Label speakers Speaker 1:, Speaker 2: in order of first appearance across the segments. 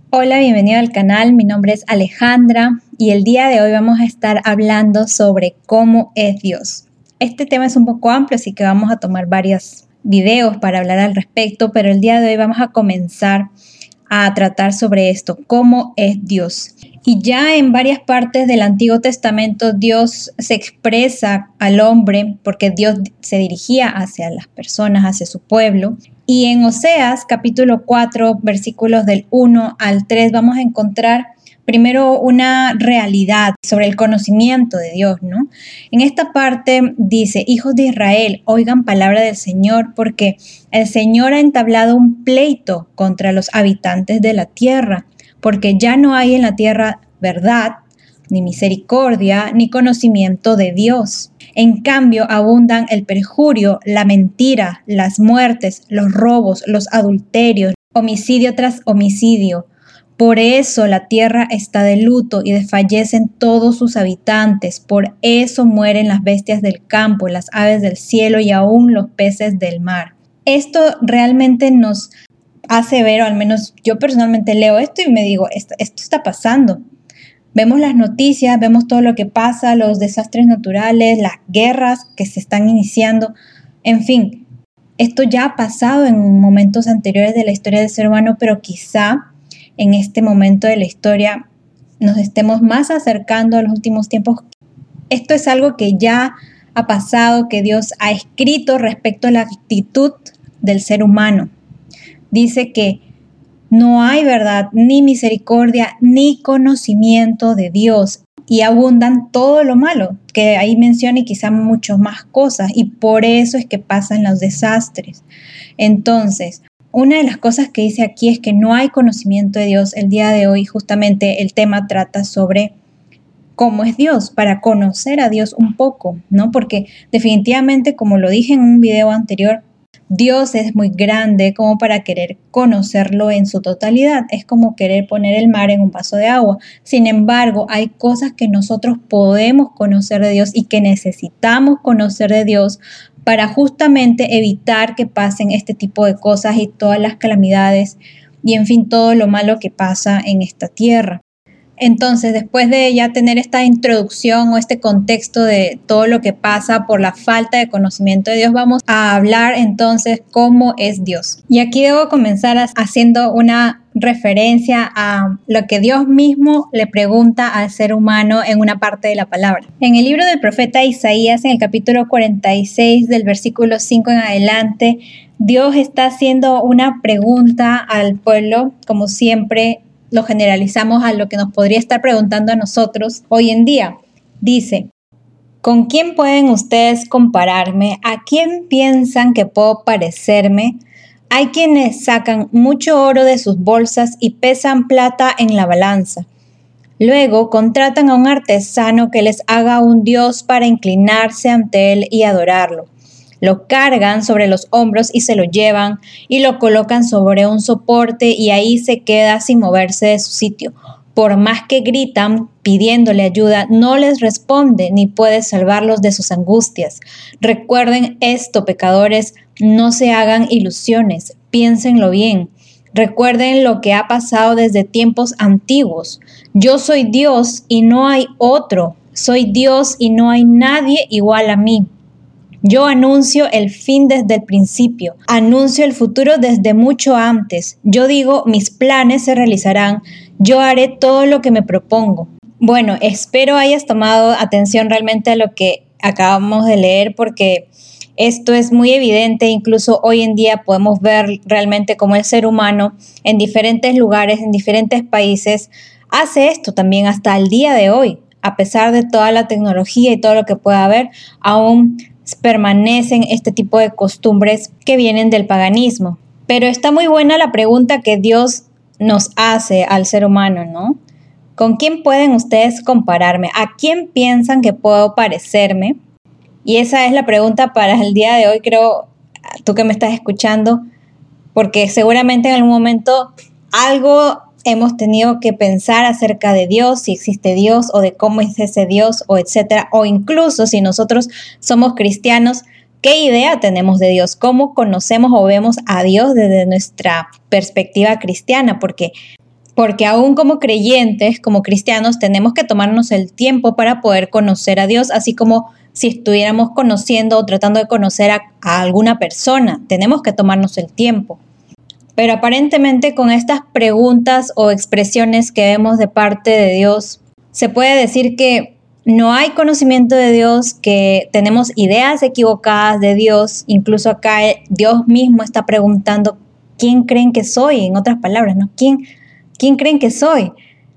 Speaker 1: Hola, bienvenido al canal. Mi nombre es Alejandra y el día de hoy vamos a estar hablando sobre cómo es Dios. Este tema es un poco amplio, así que vamos a tomar varios videos para hablar al respecto, pero el día de hoy vamos a comenzar a tratar sobre esto, cómo es Dios. Y ya en varias partes del Antiguo Testamento Dios se expresa al hombre porque Dios se dirigía hacia las personas, hacia su pueblo. Y en Oseas capítulo 4 versículos del 1 al 3 vamos a encontrar primero una realidad sobre el conocimiento de Dios, ¿no? En esta parte dice: hijos de Israel, oigan palabra del Señor, porque el Señor ha entablado un pleito contra los habitantes de la tierra, porque ya no hay en la tierra verdad, ni misericordia, ni conocimiento de Dios. En cambio, abundan el perjurio, la mentira, las muertes, los robos, los adulterios, homicidio tras homicidio. Por eso la tierra está de luto y desfallecen todos sus habitantes. Por eso mueren las bestias del campo, las aves del cielo y aún los peces del mar. Esto realmente nos hace ver, o al menos yo personalmente leo esto y me digo, esto está pasando. Vemos las noticias, vemos todo lo que pasa, los desastres naturales, las guerras que se están iniciando. En fin, esto ya ha pasado en momentos anteriores de la historia del ser humano, pero quizá en este momento de la historia nos estemos más acercando a los últimos tiempos. Esto es algo que ya ha pasado, que Dios ha escrito respecto a la actitud del ser humano. Dice que no hay verdad, ni misericordia, ni conocimiento de Dios, y abundan todo lo malo, que ahí menciona, y quizá muchas más cosas, y por eso es que pasan los desastres. Entonces, una de las cosas que dice aquí es que no hay conocimiento de Dios. El día de hoy justamente el tema trata sobre cómo es Dios, para conocer a Dios un poco, ¿no? Porque definitivamente, como lo dije en un video anterior, Dios es muy grande como para querer conocerlo en su totalidad. Es como querer poner el mar en un vaso de agua. Sin embargo, hay cosas que nosotros podemos conocer de Dios y que necesitamos conocer de Dios para justamente evitar que pasen este tipo de cosas y todas las calamidades y en fin todo lo malo que pasa en esta tierra. Entonces, después de ya tener esta introducción o este contexto de todo lo que pasa por la falta de conocimiento de Dios, vamos a hablar entonces cómo es Dios. Y aquí debo comenzar haciendo una referencia a lo que Dios mismo le pregunta al ser humano en una parte de la palabra. En el libro del profeta Isaías, en el capítulo 46 del versículo 5 en adelante, Dios está haciendo una pregunta al pueblo, como siempre lo generalizamos a lo que nos podría estar preguntando a nosotros hoy en día. Dice: ¿con quién pueden ustedes compararme? ¿A quién piensan que puedo parecerme? Hay quienes sacan mucho oro de sus bolsas y pesan plata en la balanza. Luego contratan a un artesano que les haga un dios para inclinarse ante él y adorarlo. Lo cargan sobre los hombros y se lo llevan y lo colocan sobre un soporte y ahí se queda sin moverse de su sitio. Por más que gritan pidiéndole ayuda, no les responde ni puede salvarlos de sus angustias. Recuerden esto, pecadores, no se hagan ilusiones, piénsenlo bien. Recuerden lo que ha pasado desde tiempos antiguos. Yo soy Dios y no hay otro. Soy Dios y no hay nadie igual a mí. Yo anuncio el fin desde el principio, anuncio el futuro desde mucho antes. Yo digo, mis planes se realizarán, yo haré todo lo que me propongo. Bueno, espero hayas tomado atención realmente a lo que acabamos de leer, porque esto es muy evidente. Incluso hoy en día podemos ver realmente cómo el ser humano en diferentes lugares, en diferentes países, hace esto también hasta el día de hoy. A pesar de toda la tecnología y todo lo que pueda haber, aún permanecen este tipo de costumbres que vienen del paganismo. Pero está muy buena la pregunta que Dios nos hace al ser humano, ¿no? ¿Con quién pueden ustedes compararme? ¿A quién piensan que puedo parecerme? Y esa es la pregunta para el día de hoy, creo, tú que me estás escuchando, porque seguramente en algún momento algo hemos tenido que pensar acerca de Dios, si existe Dios o de cómo es ese Dios o etcétera, o incluso si nosotros somos cristianos, ¿qué idea tenemos de Dios? ¿Cómo conocemos o vemos a Dios desde nuestra perspectiva cristiana? Porque porque aún como creyentes, como cristianos, tenemos que tomarnos el tiempo para poder conocer a Dios, así como si estuviéramos conociendo o tratando de conocer a alguna persona, tenemos que tomarnos el tiempo. Pero aparentemente con estas preguntas o expresiones que vemos de parte de Dios, se puede decir que no hay conocimiento de Dios, que tenemos ideas equivocadas de Dios. Incluso acá Dios mismo está preguntando, ¿quién creen que soy? En otras palabras, ¿no? ¿Quién creen que soy?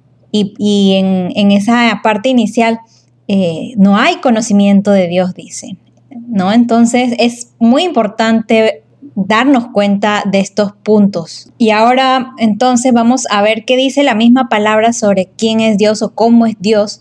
Speaker 1: Y en esa parte inicial no hay conocimiento de Dios, dice, ¿no? Entonces es muy importante darnos cuenta de estos puntos. Y ahora entonces vamos a ver qué dice la misma palabra sobre quién es Dios o cómo es Dios,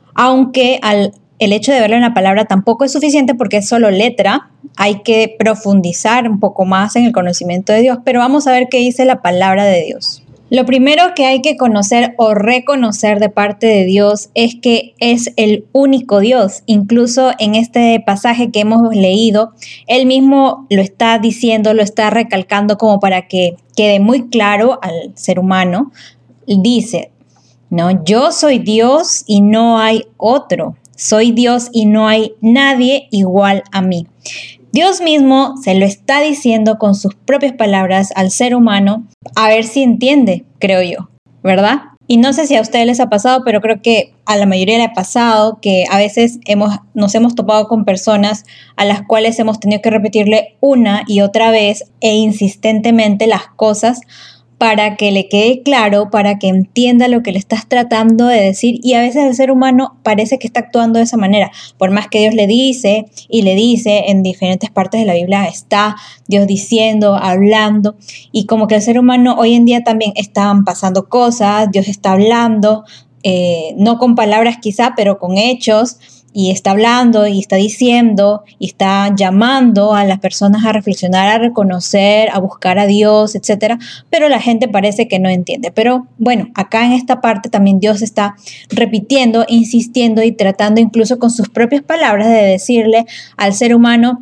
Speaker 1: aunque el hecho de verlo en la palabra tampoco es suficiente porque es solo letra, hay que profundizar un poco más en el conocimiento de Dios, pero vamos a ver qué dice la palabra de Dios. Lo primero que hay que conocer o reconocer de parte de Dios es que es el único Dios. Incluso en este pasaje que hemos leído, Él mismo lo está diciendo, lo está recalcando como para que quede muy claro al ser humano. Dice, no, yo soy Dios y no hay otro. Soy Dios y no hay nadie igual a mí. Dios mismo se lo está diciendo con sus propias palabras al ser humano, a ver si entiende, creo yo, ¿verdad? Y no sé si a ustedes les ha pasado, pero creo que a la mayoría le ha pasado que a veces nos hemos topado con personas a las cuales hemos tenido que repetirle una y otra vez e insistentemente las cosas para que le quede claro, para que entienda lo que le estás tratando de decir, y a veces el ser humano parece que está actuando de esa manera, por más que Dios le dice y le dice en diferentes partes de la Biblia, está Dios diciendo, hablando, y como que el ser humano hoy en día también están pasando cosas, Dios está hablando, no con palabras quizá, pero con hechos, y está hablando y está diciendo y está llamando a las personas a reflexionar, a reconocer, a buscar a Dios, etcétera, pero la gente parece que no entiende. Pero bueno, acá en esta parte también Dios está repitiendo, insistiendo y tratando incluso con sus propias palabras de decirle al ser humano,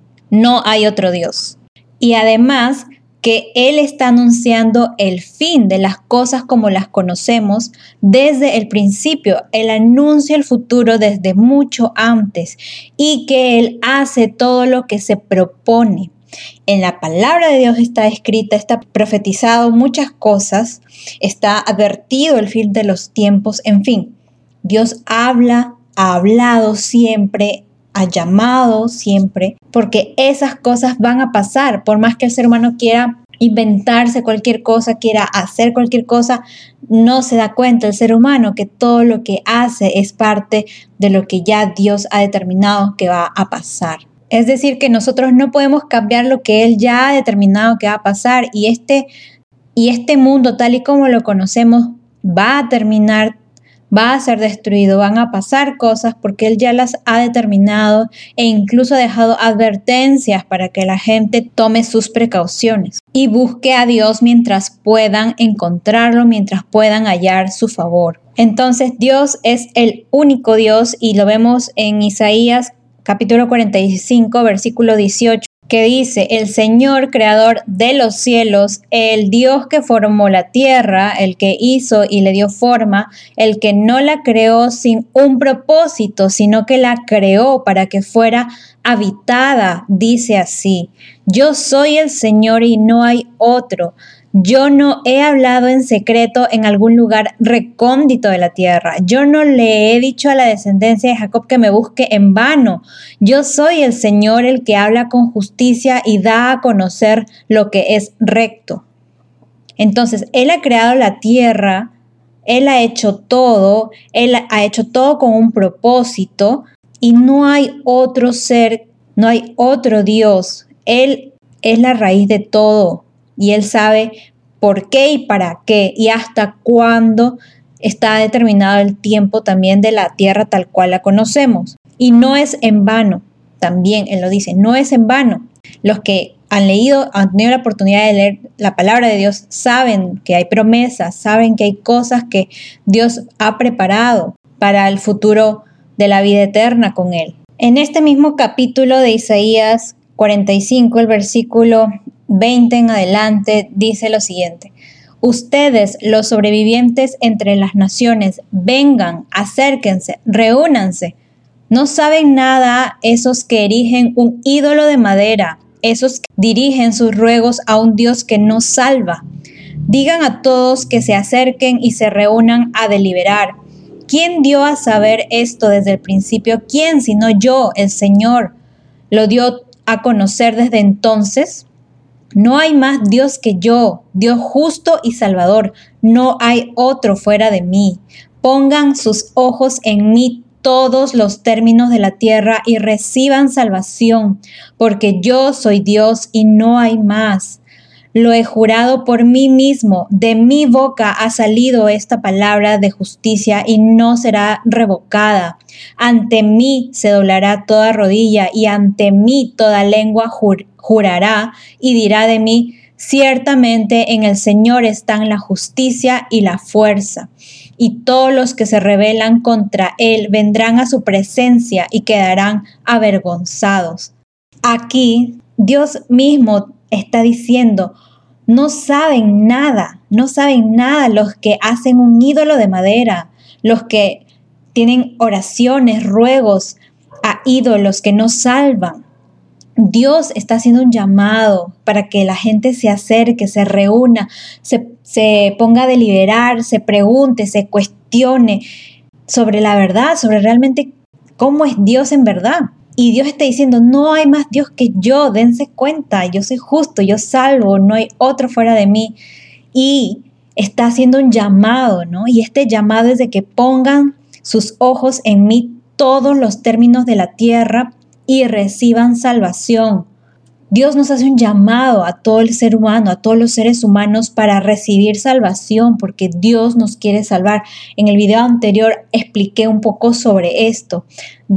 Speaker 1: no hay otro Dios. Y además que Él está anunciando el fin de las cosas como las conocemos desde el principio. Él anuncia el futuro desde mucho antes y que Él hace todo lo que se propone. En la palabra de Dios está escrita, está profetizado muchas cosas, está advertido el fin de los tiempos, en fin. Dios habla, ha hablado siempre, ha llamado siempre, porque esas cosas van a pasar, por más que el ser humano quiera inventarse cualquier cosa, quiera hacer cualquier cosa, no se da cuenta el ser humano que todo lo que hace es parte de lo que ya Dios ha determinado que va a pasar. Es decir, que nosotros no podemos cambiar lo que Él ya ha determinado que va a pasar, y este mundo tal y como lo conocemos va a terminar, va a ser destruido, van a pasar cosas porque Él ya las ha determinado e incluso ha dejado advertencias para que la gente tome sus precauciones y busque a Dios mientras puedan encontrarlo, mientras puedan hallar su favor. Entonces Dios es el único Dios y lo vemos en Isaías capítulo 45, versículo 18. Que dice, el Señor creador de los cielos, el Dios que formó la tierra, el que hizo y le dio forma, el que no la creó sin un propósito, sino que la creó para que fuera habitada, dice así, yo soy el Señor y no hay otro. Yo no he hablado en secreto en algún lugar recóndito de la tierra. Yo no le he dicho a la descendencia de Jacob que me busque en vano. Yo soy el Señor, el que habla con justicia y da a conocer lo que es recto. Entonces, Él ha creado la tierra, Él ha hecho todo con un propósito y no hay otro ser, no hay otro Dios. Él es la raíz de todo. Y Él sabe por qué y para qué y hasta cuándo está determinado el tiempo también de la tierra tal cual la conocemos. Y no es en vano, también Él lo dice, no es en vano. Los que han leído, han tenido la oportunidad de leer la palabra de Dios, saben que hay promesas, saben que hay cosas que Dios ha preparado para el futuro de la vida eterna con Él. En este mismo capítulo de Isaías 45, el versículo 20 en adelante, dice lo siguiente. Ustedes, los sobrevivientes entre las naciones, vengan, acérquense, reúnanse. No saben nada esos que erigen un ídolo de madera, esos que dirigen sus ruegos a un Dios que no salva. Digan a todos que se acerquen y se reúnan a deliberar. ¿Quién dio a saber esto desde el principio? ¿Quién, sino yo, el Señor? ¿Lo dio a conocer desde entonces? No hay más Dios que yo, Dios justo y salvador. No hay otro fuera de mí. Pongan sus ojos en mí todos los términos de la tierra y reciban salvación, porque yo soy Dios y no hay más. Lo he jurado por mí mismo, de mi boca ha salido esta palabra de justicia y no será revocada. Ante mí se doblará toda rodilla y ante mí toda lengua jurará y dirá de mí, ciertamente en el Señor están la justicia y la fuerza. Y todos los que se rebelan contra Él vendrán a su presencia y quedarán avergonzados. Aquí Dios mismo está diciendo, no saben nada los que hacen un ídolo de madera, los que tienen oraciones, ruegos a ídolos que no salvan. Dios está haciendo un llamado para que la gente se acerque, se reúna, se ponga a deliberar, se pregunte, se cuestione sobre la verdad, sobre realmente cómo es Dios en verdad. Y Dios está diciendo, no hay más Dios que yo, dense cuenta, yo soy justo, yo salvo, no hay otro fuera de mí. Y está haciendo un llamado, ¿no? Y este llamado es de que pongan sus ojos en mí todos los términos de la tierra y reciban salvación. Dios nos hace un llamado a todo el ser humano, a todos los seres humanos para recibir salvación, porque Dios nos quiere salvar. En el video anterior expliqué un poco sobre esto,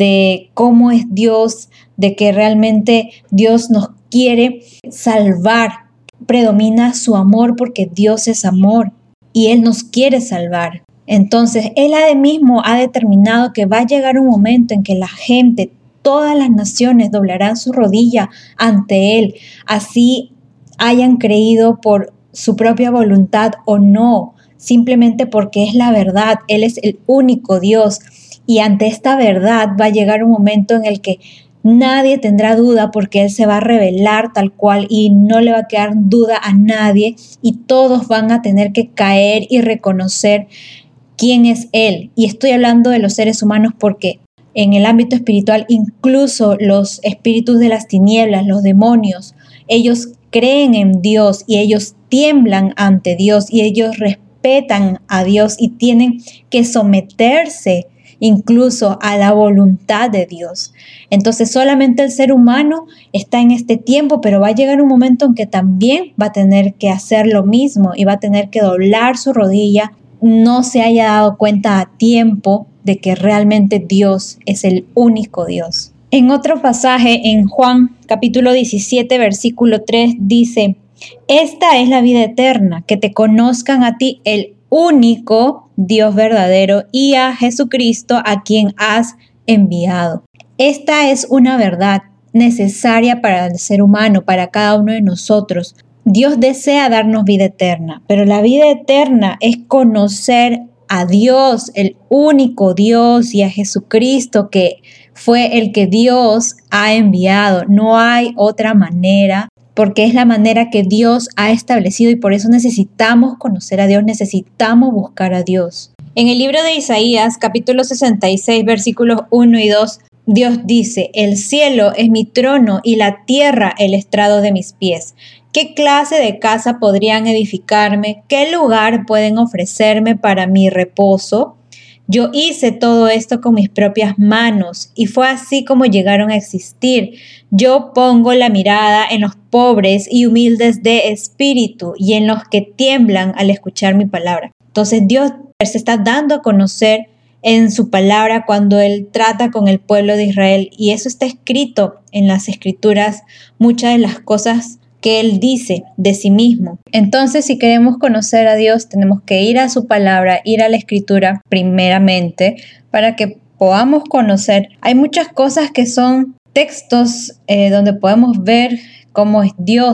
Speaker 1: de cómo es Dios, de que realmente Dios nos quiere salvar. Predomina su amor porque Dios es amor y Él nos quiere salvar. Entonces, Él mismo ha determinado que va a llegar un momento en que la gente, todas las naciones doblarán su rodilla ante Él, así hayan creído por su propia voluntad o no, simplemente porque es la verdad. Él es el único Dios y ante esta verdad va a llegar un momento en el que nadie tendrá duda porque Él se va a revelar tal cual y no le va a quedar duda a nadie y todos van a tener que caer y reconocer quién es Él. Y estoy hablando de los seres humanos porque en el ámbito espiritual, incluso los espíritus de las tinieblas, los demonios, ellos creen en Dios y ellos tiemblan ante Dios y ellos respetan a Dios y tienen que someterse incluso a la voluntad de Dios. Entonces solamente el ser humano está en este tiempo, pero va a llegar un momento en que también va a tener que hacer lo mismo y va a tener que doblar su rodilla, no se haya dado cuenta a tiempo de que realmente Dios es el único Dios. En otro pasaje, en Juan capítulo 17, versículo 3, dice, esta es la vida eterna, que te conozcan a ti, el único Dios verdadero, y a Jesucristo, a quien has enviado. Esta es una verdad necesaria para el ser humano, para cada uno de nosotros. Dios desea darnos vida eterna, pero la vida eterna es conocer a Dios, el único Dios, y a Jesucristo, que fue el que Dios ha enviado. No hay otra manera, porque es la manera que Dios ha establecido y por eso necesitamos conocer a Dios, necesitamos buscar a Dios. En el libro de Isaías, capítulo 66, versículos 1 y 2, Dios dice, el cielo es mi trono y la tierra el estrado de mis pies. ¿Qué clase de casa podrían edificarme? ¿Qué lugar pueden ofrecerme para mi reposo? Yo hice todo esto con mis propias manos y fue así como llegaron a existir. Yo pongo la mirada en los pobres y humildes de espíritu y en los que tiemblan al escuchar mi palabra. Entonces Dios se está dando a conocer en su palabra cuando Él trata con el pueblo de Israel y eso está escrito en las escrituras, muchas de las cosas que Él dice de sí mismo. Entonces, si queremos conocer a Dios, tenemos que ir a su palabra, ir a la escritura primeramente, para que podamos conocer. Hay muchas cosas que son textos donde podemos ver cómo es Dios.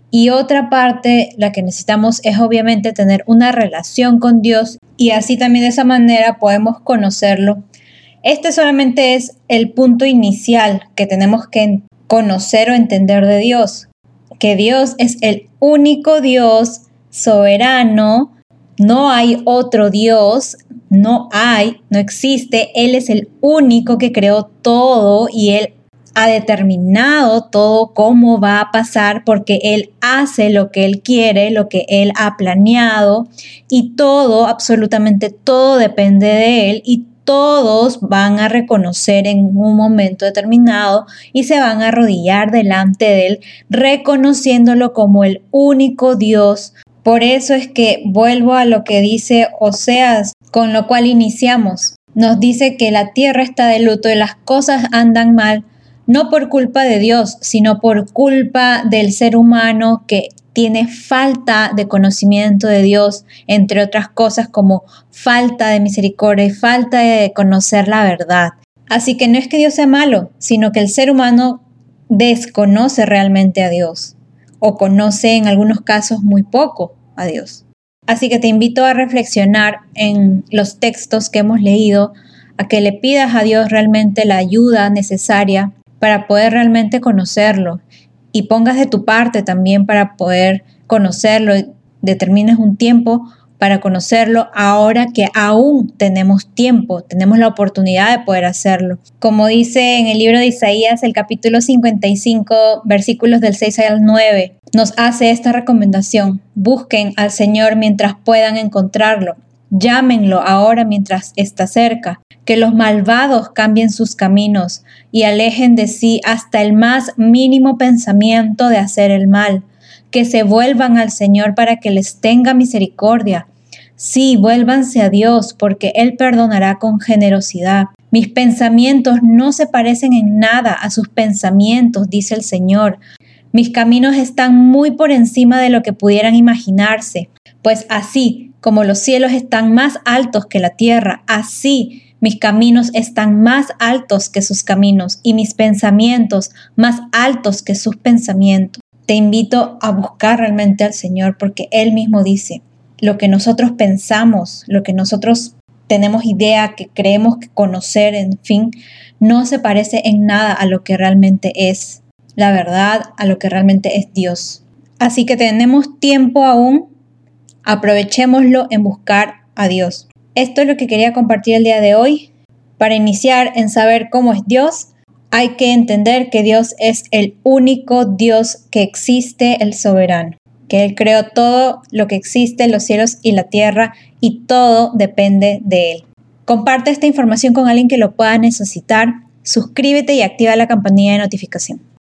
Speaker 1: Y otra parte, la que necesitamos es obviamente tener una relación con Dios y así también de esa manera podemos conocerlo. Este solamente es el punto inicial que tenemos que conocer o entender de Dios, que Dios es el único Dios soberano, no hay otro Dios, no existe, Él es el único que creó todo y Él ha determinado todo cómo va a pasar porque Él hace lo que Él quiere, lo que Él ha planeado y todo, absolutamente todo depende de Él y todos van a reconocer en un momento determinado y se van a arrodillar delante de Él, reconociéndolo como el único Dios. Por eso es que vuelvo a lo que dice Oseas, con lo cual iniciamos. Nos dice que la tierra está de luto y las cosas andan mal, no por culpa de Dios, sino por culpa del ser humano que tiene falta de conocimiento de Dios, entre otras cosas como falta de misericordia y falta de conocer la verdad. Así que no es que Dios sea malo, sino que el ser humano desconoce realmente a Dios o conoce en algunos casos muy poco a Dios. Así que te invito a reflexionar en los textos que hemos leído, a que le pidas a Dios realmente la ayuda necesaria para poder realmente conocerlo y pongas de tu parte también para poder conocerlo, determines un tiempo para conocerlo ahora que aún tenemos tiempo, tenemos la oportunidad de poder hacerlo. Como dice en el libro de Isaías, el capítulo 55, versículos del 6 al 9, nos hace esta recomendación: busquen al Señor mientras puedan encontrarlo, llámenlo ahora mientras está cerca, que los malvados cambien sus caminos y alejen de sí hasta el más mínimo pensamiento de hacer el mal, que se vuelvan al Señor para que les tenga misericordia. Sí, vuélvanse a Dios, porque Él perdonará con generosidad. Mis pensamientos no se parecen en nada a sus pensamientos, dice el Señor. Mis caminos están muy por encima de lo que pudieran imaginarse, pues así como los cielos están más altos que la tierra, así mis caminos están más altos que sus caminos y mis pensamientos más altos que sus pensamientos. Te invito a buscar realmente al Señor porque Él mismo dice, lo que nosotros pensamos, lo que nosotros tenemos idea, que creemos que conocer, en fin, no se parece en nada a lo que realmente es la verdad, a lo que realmente es Dios. Así que tenemos tiempo aún, aprovechémoslo en buscar a Dios. Esto es lo que quería compartir el día de hoy. Para iniciar en saber cómo es Dios, hay que entender que Dios es el único Dios que existe, el soberano, que Él creó todo lo que existe, los cielos y la tierra, y todo depende de Él. Comparte esta información con alguien que lo pueda necesitar, suscríbete y activa la campanilla de notificación.